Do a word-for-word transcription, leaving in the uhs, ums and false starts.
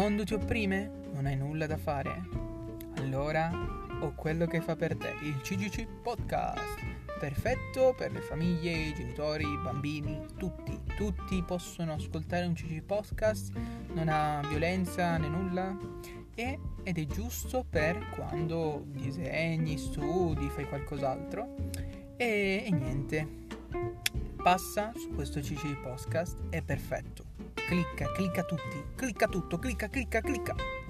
mondo ti opprime? Non hai nulla da fare? Allora ho quello che fa per te, il C G C Podcast. Perfetto per le famiglie, i genitori, i bambini, tutti, tutti possono ascoltare un C G C Podcast, non ha violenza né nulla e, ed è giusto per quando disegni, studi, fai qualcos'altro e, e niente. Passa su questo C G C Podcast, è perfetto. Clicca, clicca tutti, clicca tutto, clicca, clicca, clicca.